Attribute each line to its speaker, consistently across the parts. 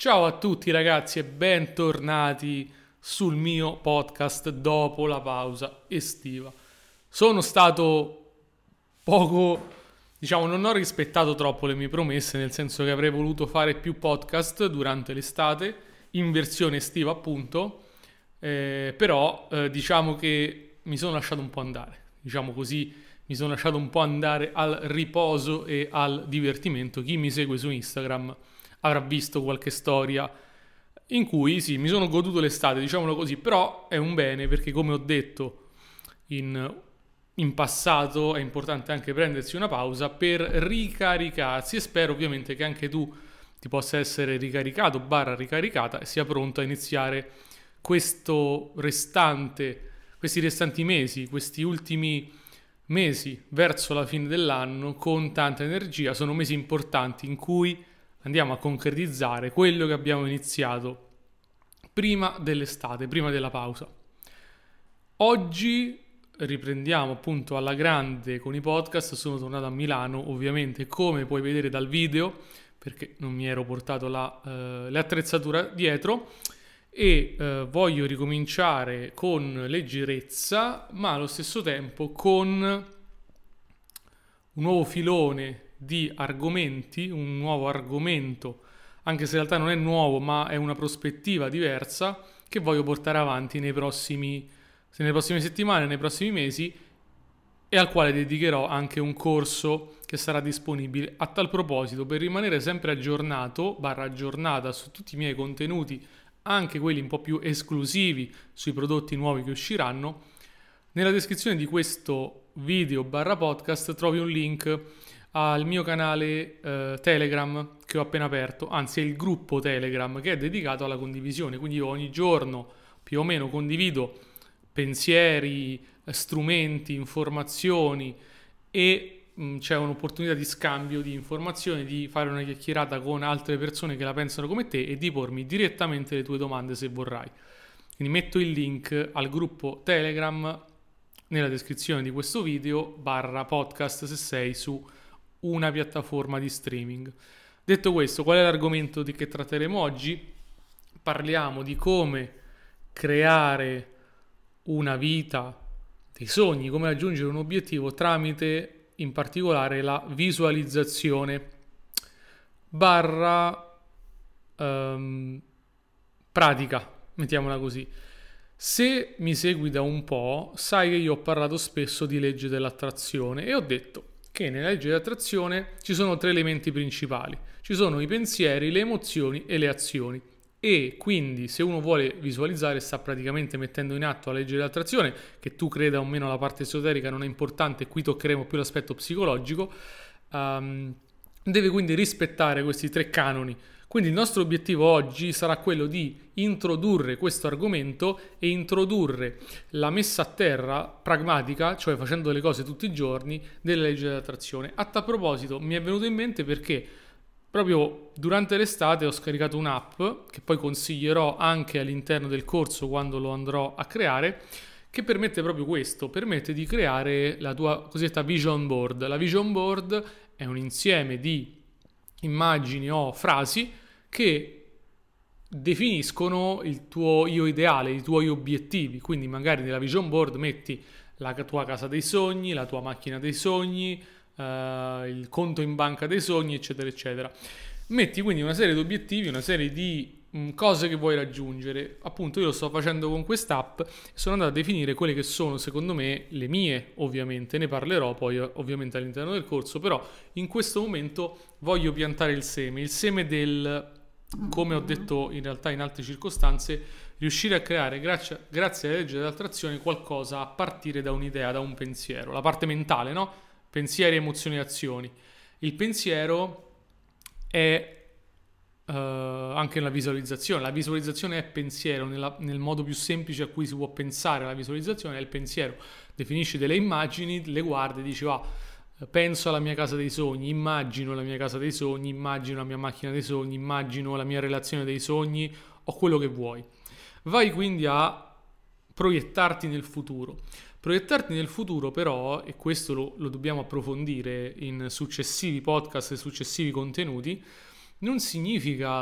Speaker 1: Ciao a tutti ragazzi e bentornati sul mio podcast dopo la pausa estiva. Sono stato poco, non ho rispettato troppo le mie promesse, nel senso che avrei voluto fare più podcast durante l'estate, in versione estiva appunto, però diciamo che mi sono lasciato un po' andare, diciamo così, mi sono lasciato un po' andare al riposo e al divertimento. Chi mi segue su Instagram avrà visto qualche storia in cui sì, mi sono goduto l'estate, diciamolo così, però è un bene perché come ho detto in passato è importante anche prendersi una pausa per ricaricarsi e spero ovviamente che anche tu ti possa essere ricaricato barra ricaricata e sia pronto a iniziare questi restanti mesi, questi ultimi mesi verso la fine dell'anno con tanta energia. Sono mesi importanti in cui andiamo a concretizzare quello che abbiamo iniziato prima dell'estate, prima della pausa. Oggi riprendiamo appunto alla grande con i podcast. Sono tornato a Milano, ovviamente, come puoi vedere dal video, perché non mi ero portato le attrezzature dietro e voglio ricominciare con leggerezza, ma allo stesso tempo con un nuovo filone di argomenti, un nuovo argomento, anche se in realtà non è nuovo, ma è una prospettiva diversa che voglio portare avanti nelle prossime settimane, nei prossimi mesi e al quale dedicherò anche un corso che sarà disponibile. A tal proposito, per rimanere sempre aggiornato, barra aggiornata su tutti i miei contenuti, anche quelli un po' più esclusivi sui prodotti nuovi che usciranno, nella descrizione di questo video barra podcast trovi un link al mio canale Telegram che ho appena aperto, anzi è il gruppo Telegram che è dedicato alla condivisione, quindi io ogni giorno più o meno condivido pensieri, strumenti, informazioni e c'è un'opportunità di scambio di informazioni, di fare una chiacchierata con altre persone che la pensano come te e di pormi direttamente le tue domande se vorrai. Quindi metto il link al gruppo Telegram nella descrizione di questo video barra podcast se sei su una piattaforma di streaming. Detto questo, qual è l'argomento di che tratteremo oggi? Parliamo di come creare una vita dei sogni, come raggiungere un obiettivo tramite in particolare la visualizzazione barra pratica, mettiamola così. Se mi segui da un po', sai che io ho parlato spesso di legge dell'attrazione e ho detto che nella legge dell'attrazione ci sono 3 elementi principali. Ci sono i pensieri, le emozioni e le azioni. E quindi se uno vuole visualizzare sta praticamente mettendo in atto la legge dell'attrazione, che tu creda o meno la parte esoterica non è importante, qui toccheremo più l'aspetto psicologico, deve quindi rispettare questi 3 canoni. Quindi il nostro obiettivo oggi sarà quello di introdurre questo argomento e introdurre la messa a terra pragmatica, cioè facendo le cose tutti i giorni, della legge dell'attrazione. A tal proposito mi è venuto in mente perché proprio durante l'estate ho scaricato un'app che poi consiglierò anche all'interno del corso quando lo andrò a creare, che permette proprio questo, permette di creare la tua cosiddetta vision board. La vision board è un insieme di immagini o frasi che definiscono il tuo io ideale, i tuoi obiettivi. Quindi magari nella vision board metti la tua casa dei sogni, la tua macchina dei sogni, il conto in banca dei sogni, eccetera eccetera. Metti quindi una serie di obiettivi, una serie di cose che vuoi raggiungere. Appunto io lo sto facendo con quest'app e sono andato a definire quelle che sono secondo me le mie, ovviamente ne parlerò poi ovviamente all'interno del corso, però in questo momento voglio piantare il seme del, come ho detto in realtà in altre circostanze, riuscire a creare grazie alla legge dell'attrazione qualcosa a partire da un'idea, da un pensiero, la parte mentale, no? Pensieri, emozioni e azioni. Il pensiero è anche la visualizzazione è pensiero nel modo più semplice a cui si può pensare alla visualizzazione è il pensiero. Definisci delle immagini, le guardi e dici penso alla mia casa dei sogni, immagino la mia casa dei sogni, immagino la mia macchina dei sogni, immagino la mia relazione dei sogni o quello che vuoi. Vai quindi a proiettarti nel futuro. Proiettarti nel futuro però, e questo lo dobbiamo approfondire in successivi podcast e successivi contenuti, non significa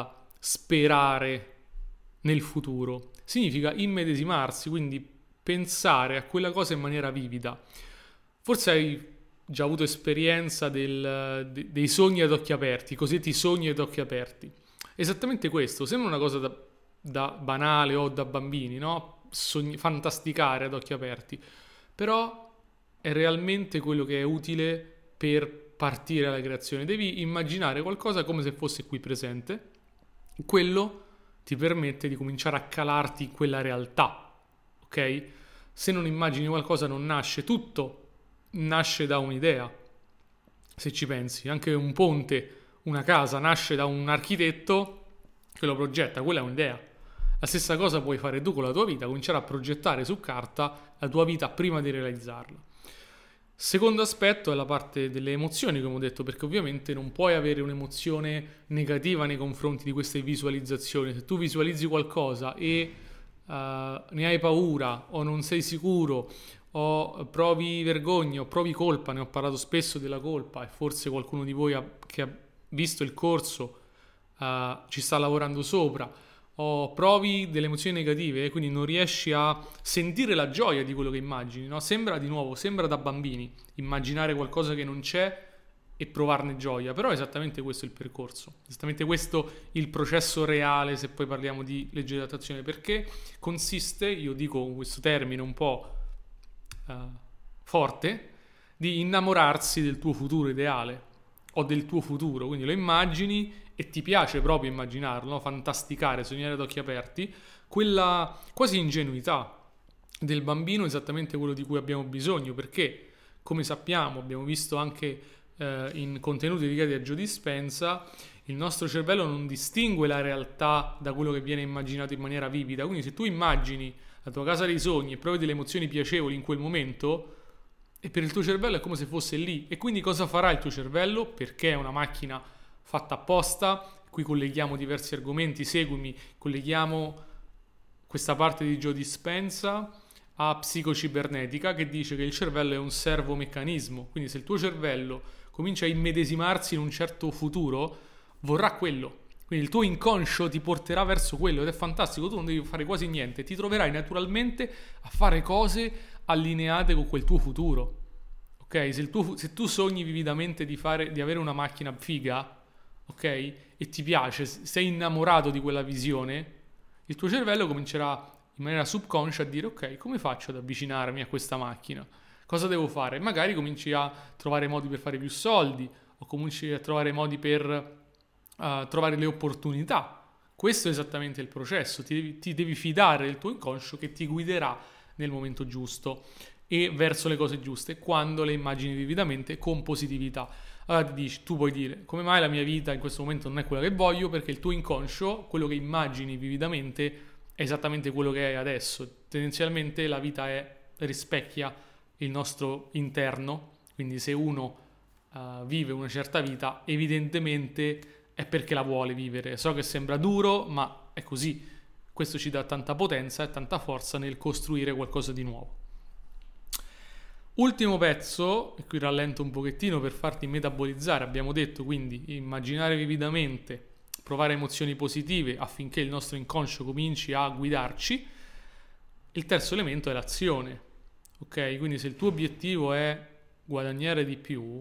Speaker 1: sperare nel futuro, significa immedesimarsi, quindi pensare a quella cosa in maniera vivida. Forse hai già avuto esperienza dei sogni ad occhi aperti, cosiddetti sogni ad occhi aperti. Esattamente questo, sembra una cosa da banale o da bambini, no? Fantasticare ad occhi aperti, però è realmente quello che è utile per partire alla creazione. Devi immaginare qualcosa come se fosse qui presente, quello ti permette di cominciare a calarti in quella realtà, ok? Se non immagini qualcosa non nasce, tutto nasce da un'idea, se ci pensi, anche un ponte, una casa nasce da un architetto che lo progetta, quella è un'idea. La stessa cosa puoi fare tu con la tua vita, cominciare a progettare su carta la tua vita prima di realizzarla. Secondo aspetto è la parte delle emozioni, come ho detto, perché ovviamente non puoi avere un'emozione negativa nei confronti di queste visualizzazioni. Se tu visualizzi qualcosa e ne hai paura o non sei sicuro o provi vergogna o provi colpa, ne ho parlato spesso della colpa e forse qualcuno di voi che ha visto il corso ci sta lavorando sopra, o provi delle emozioni negative e quindi non riesci a sentire la gioia di quello che immagini, no? Sembra da bambini immaginare qualcosa che non c'è e provarne gioia, però è esattamente questo il percorso, esattamente questo il processo reale, se poi parliamo di legge di attrazione, perché consiste, io dico questo termine un po' forte, di innamorarsi del tuo futuro ideale o del tuo futuro, quindi lo immagini e ti piace proprio immaginarlo, no? Fantasticare, sognare ad occhi aperti, quella quasi ingenuità del bambino è esattamente quello di cui abbiamo bisogno, perché come sappiamo, abbiamo visto anche in contenuti dedicati a Joe Dispenza, il nostro cervello non distingue la realtà da quello che viene immaginato in maniera vivida, quindi se tu immagini la tua casa dei sogni e provi delle emozioni piacevoli in quel momento, e per il tuo cervello è come se fosse lì. E quindi cosa farà il tuo cervello? Perché è una macchina fatta apposta, qui colleghiamo diversi argomenti, seguimi, colleghiamo questa parte di Joe Dispenza a psicocibernetica, che dice che il cervello è un servomeccanismo, quindi se il tuo cervello comincia a immedesimarsi in un certo futuro, vorrà quello. Quindi il tuo inconscio ti porterà verso quello ed è fantastico, tu non devi fare quasi niente, ti troverai naturalmente a fare cose allineate con quel tuo futuro. Ok? Se tu sogni vividamente di avere una macchina figa, ok? E ti piace, sei innamorato di quella visione, il tuo cervello comincerà in maniera subconscia a dire ok, come faccio ad avvicinarmi a questa macchina? Cosa devo fare? Magari cominci a trovare modi per fare più soldi o cominci a trovare modi per trovare le opportunità. Questo è esattamente il processo, ti devi fidare del tuo inconscio che ti guiderà nel momento giusto e verso le cose giuste quando le immagini vividamente con positività. Allora tu puoi dire come mai la mia vita in questo momento non è quella che voglio, perché il tuo inconscio, quello che immagini vividamente è esattamente quello che hai adesso. Tendenzialmente la vita rispecchia il nostro interno, quindi se uno vive una certa vita evidentemente è perché la vuole vivere. So che sembra duro, ma è così. Questo ci dà tanta potenza e tanta forza nel costruire qualcosa di nuovo. Ultimo pezzo, e qui rallento un pochettino per farti metabolizzare, abbiamo detto quindi immaginare vividamente, provare emozioni positive affinché il nostro inconscio cominci a guidarci. Il terzo elemento è l'azione, ok? Quindi se il tuo obiettivo è guadagnare di più,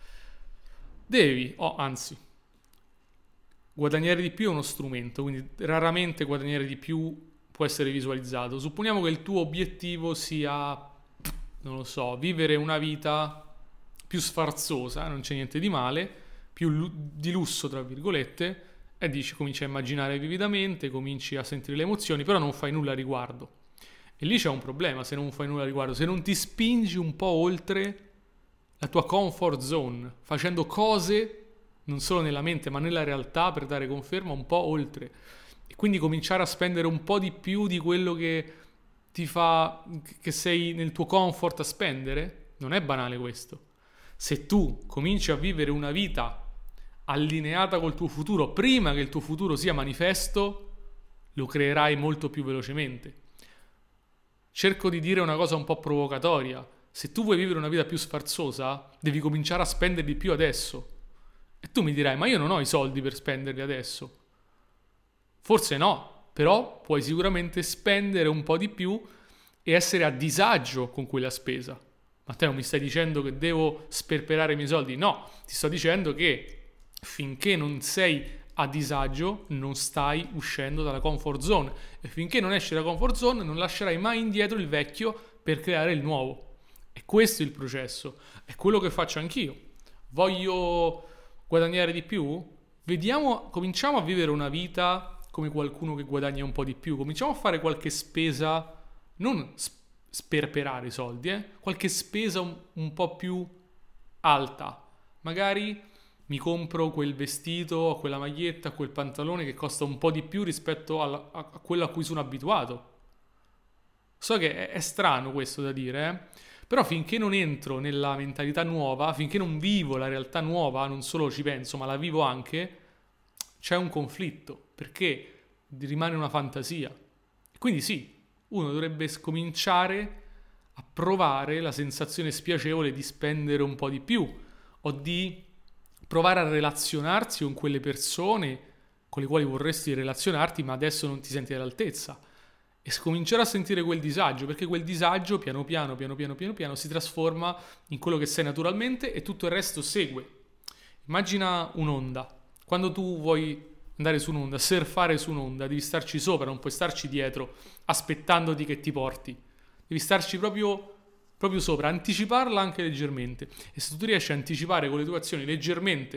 Speaker 1: guadagnare di più è uno strumento, quindi raramente guadagnare di più può essere visualizzato. Supponiamo che il tuo obiettivo sia, non lo so, vivere una vita più sfarzosa, non c'è niente di male, più di lusso, tra virgolette, e dici, cominci a immaginare vividamente, cominci a sentire le emozioni, però non fai nulla a riguardo. E lì c'è un problema se non fai nulla a riguardo, se non ti spingi un po' oltre la tua comfort zone, facendo cose non solo nella mente ma nella realtà per dare conferma un po' oltre. E quindi cominciare a spendere un po' di più di quello che ti fa, che sei nel tuo comfort a spendere, non è banale questo. Se tu cominci a vivere una vita allineata col tuo futuro prima che il tuo futuro sia manifesto, lo creerai molto più velocemente. Cerco di dire una cosa un po' provocatoria: se tu vuoi vivere una vita più sfarzosa, devi cominciare a spendere di più adesso. E tu mi dirai, ma io non ho i soldi per spenderli adesso. Forse no, però puoi sicuramente spendere un po' di più e essere a disagio con quella spesa. Matteo, mi stai dicendo che devo sperperare i miei soldi? No, ti sto dicendo che finché non sei a disagio non stai uscendo dalla comfort zone e finché non esci dalla comfort zone non lascerai mai indietro il vecchio per creare il nuovo. E questo è il processo, è quello che faccio anch'io. Voglio guadagnare di più? Cominciamo a vivere una vita come qualcuno che guadagna un po' di più, cominciamo a fare qualche spesa, non sperperare i soldi, qualche spesa un po' più alta. Magari mi compro quel vestito, quella maglietta, quel pantalone che costa un po' di più rispetto a quello a cui sono abituato. So che è strano questo da dire, però finché non entro nella mentalità nuova, finché non vivo la realtà nuova, non solo ci penso, ma la vivo anche, c'è un conflitto, perché rimane una fantasia. Quindi sì, uno dovrebbe cominciare a provare la sensazione spiacevole di spendere un po' di più o di provare a relazionarsi con quelle persone con le quali vorresti relazionarti ma adesso non ti senti all'altezza e cominciare a sentire quel disagio, perché quel disagio piano piano si trasforma in quello che sei naturalmente e tutto il resto segue. Immagina un'onda. Quando tu vuoi andare su un'onda, surfare su un'onda, devi starci sopra, non puoi starci dietro aspettandoti che ti porti. Devi starci proprio sopra, anticiparla anche leggermente. E se tu riesci a anticipare con le tue azioni leggermente,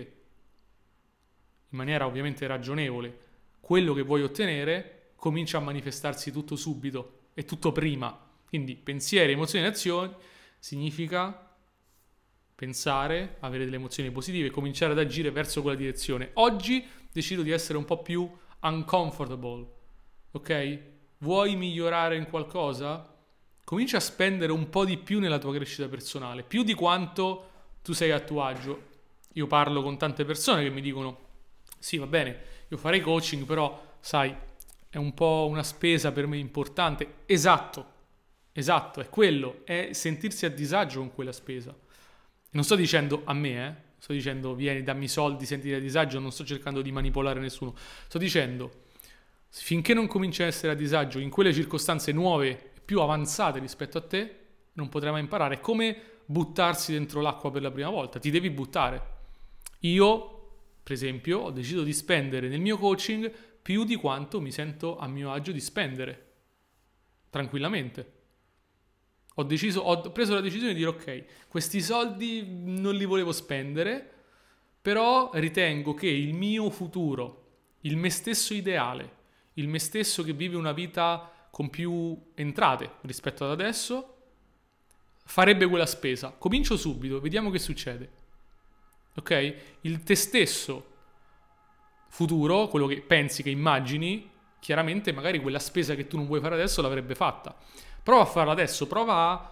Speaker 1: in maniera ovviamente ragionevole, quello che vuoi ottenere, comincia a manifestarsi tutto subito e tutto prima. Quindi pensieri, emozioni e azioni significa pensare, avere delle emozioni positive e cominciare ad agire verso quella direzione. Oggi decido di essere un po' più uncomfortable, ok? Vuoi migliorare in qualcosa? Comincia a spendere un po' di più nella tua crescita personale, più di quanto tu sei a tuo agio. Io parlo con tante persone che mi dicono sì, va bene, io farei coaching, però sai, è un po' una spesa per me importante. Esatto, è quello, è sentirsi a disagio con quella spesa. Non sto dicendo a me, sto dicendo vieni, dammi i soldi, sentiti a disagio, non sto cercando di manipolare nessuno. Sto dicendo, finché non cominci a essere a disagio in quelle circostanze nuove, più avanzate rispetto a te, non potrai mai imparare. È come buttarsi dentro l'acqua per la prima volta, ti devi buttare. Io, per esempio, ho deciso di spendere nel mio coaching più di quanto mi sento a mio agio di spendere, tranquillamente. Ho preso la decisione di dire ok, questi soldi non li volevo spendere, però ritengo che il mio futuro, il me stesso ideale, il me stesso che vive una vita con più entrate rispetto ad adesso, farebbe quella spesa. Comincio subito, vediamo che succede. Ok? Il te stesso futuro, quello che pensi, che immagini, chiaramente magari quella spesa che tu non vuoi fare adesso l'avrebbe fatta. Prova a farla adesso, prova a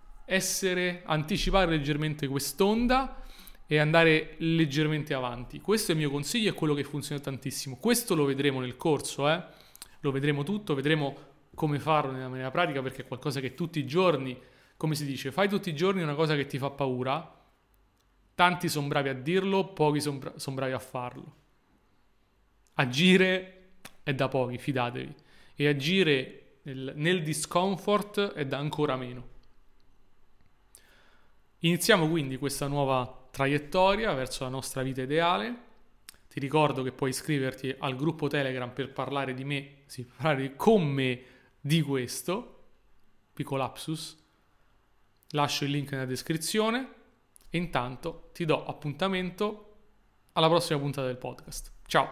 Speaker 1: anticipare leggermente quest'onda e andare leggermente avanti. Questo è il mio consiglio, è quello che funziona tantissimo. Questo lo vedremo nel corso, lo vedremo tutto, vedremo come farlo nella maniera pratica, perché è qualcosa che tutti i giorni, come si dice, fai tutti i giorni una cosa che ti fa paura. Tanti sono bravi a dirlo, pochi sono bravi a farlo. Agire è da pochi, fidatevi, e agire nel discomfort è da ancora meno. Iniziamo quindi questa nuova traiettoria verso la nostra vita ideale. Ti ricordo che puoi iscriverti al gruppo Telegram per parlare di me, sì, parlare con me di questo, piccolo lapsus. Lascio il link nella descrizione e intanto ti do appuntamento alla prossima puntata del podcast. Ciao!